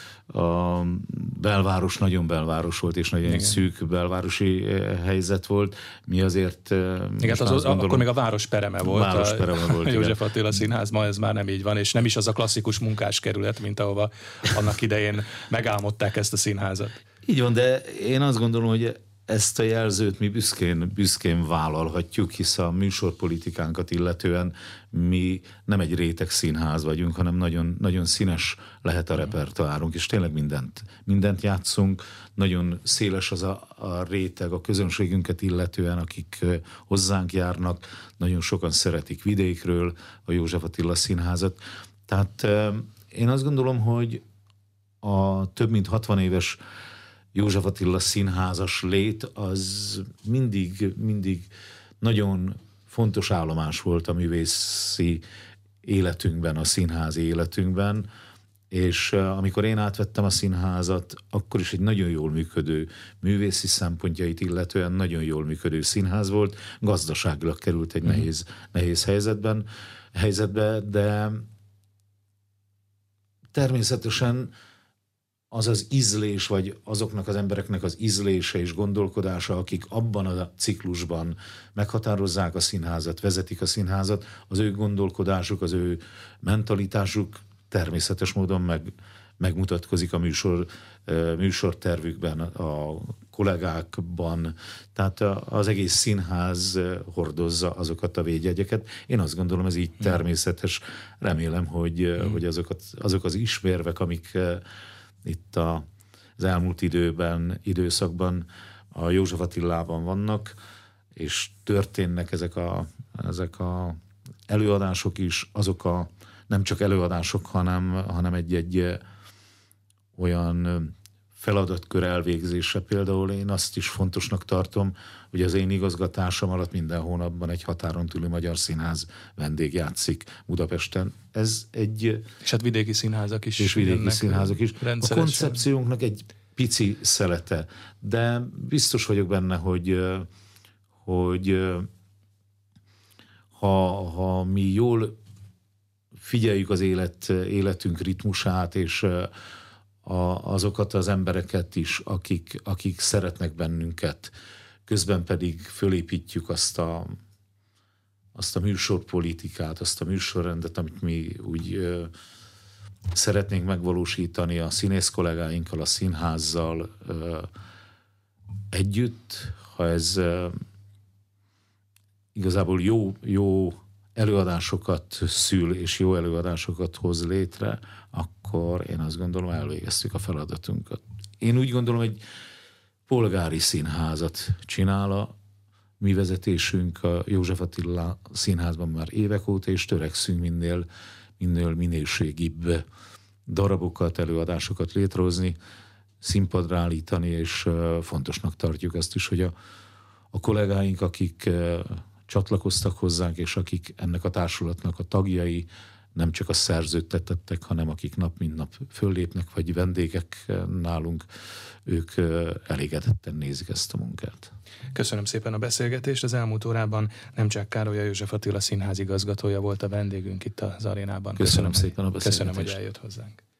belváros nagyon belváros volt, és nagyon szűk belvárosi helyzet volt. Mi azért... Igen, akkor még a várospereme volt. A József Attila Színház, ma ez már nem így van, és nem is az a klasszikus munkáskerület, mint ahova annak idején megálmodták ezt a színházat. Így van, de én azt gondolom, hogy ezt a jelzőt mi büszkén vállalhatjuk, hisz a műsorpolitikánkat illetően mi nem egy réteg színház vagyunk, hanem nagyon, nagyon színes lehet a repertoárunk, és tényleg mindent játszunk. Nagyon széles az a réteg a közönségünket illetően, akik hozzánk járnak. Nagyon sokan szeretik vidékről a József Attila Színházat. Tehát én azt gondolom, hogy a több mint 60 éves József Attila Színházas lét az mindig nagyon fontos állomás volt a művészi életünkben, a színházi életünkben, és amikor én átvettem a színházat, akkor is egy nagyon jól működő, művészi szempontjait illetően nagyon jól működő színház volt, gazdaságilag került egy nehéz helyzetbe, de természetesen az az ízlés, vagy azoknak az embereknek az ízlése és gondolkodása, akik abban a ciklusban meghatározzák a színházat, vezetik a színházat, az ő gondolkodásuk, az ő mentalitásuk természetes módon megmutatkozik a műsortervükben, a kollégákban, tehát az egész színház hordozza azokat a védjegyeket. Én azt gondolom, ez így természetes. Remélem, hogy azok az ismérvek, amik itt az elmúlt időszakban a József Attilában vannak, és történnek ezek a előadások is, azok nem csak előadások, hanem egy olyan feladatkör elvégzése. Például én azt is fontosnak tartom, hogy az én igazgatásom alatt minden hónapban egy határon túli magyar színház vendég játszik Budapesten. És hát vidéki színházak is. És vidéki színházak is. A koncepciónknak egy pici szelete, de biztos vagyok benne, hogy ha mi jól figyeljük az életünk ritmusát, és azokat az embereket is, akik szeretnek bennünket, közben pedig fölépítjük azt a műsorpolitikát, azt a műsorrendet, amit mi úgy szeretnénk megvalósítani a színész kollégáinkkal, a színházzal együtt, ha ez igazából jó előadásokat szül és jó előadásokat hoz létre, akkor én azt gondolom, elvégeztük a feladatunkat. Én úgy gondolom, egy polgári színházat csinál a mi vezetésünk a József Attila Színházban már évek óta, és törekszünk minél minőségibb darabokat, előadásokat létrehozni, színpadra állítani, és fontosnak tartjuk azt is, hogy a kollégáink, akik csatlakoztak hozzánk, és akik ennek a társulatnak a tagjai, nem csak a szerződtetettek, hanem akik nap mint nap föllépnek, vagy vendégek nálunk, ők elégedetten nézik ezt a munkát. Köszönöm szépen a beszélgetést. Az elmúlt órában Nemcsák Károly, a József Attila színház igazgatója volt a vendégünk itt az arénában. Köszönöm szépen a beszélgetést. Köszönöm, hogy eljött hozzánk.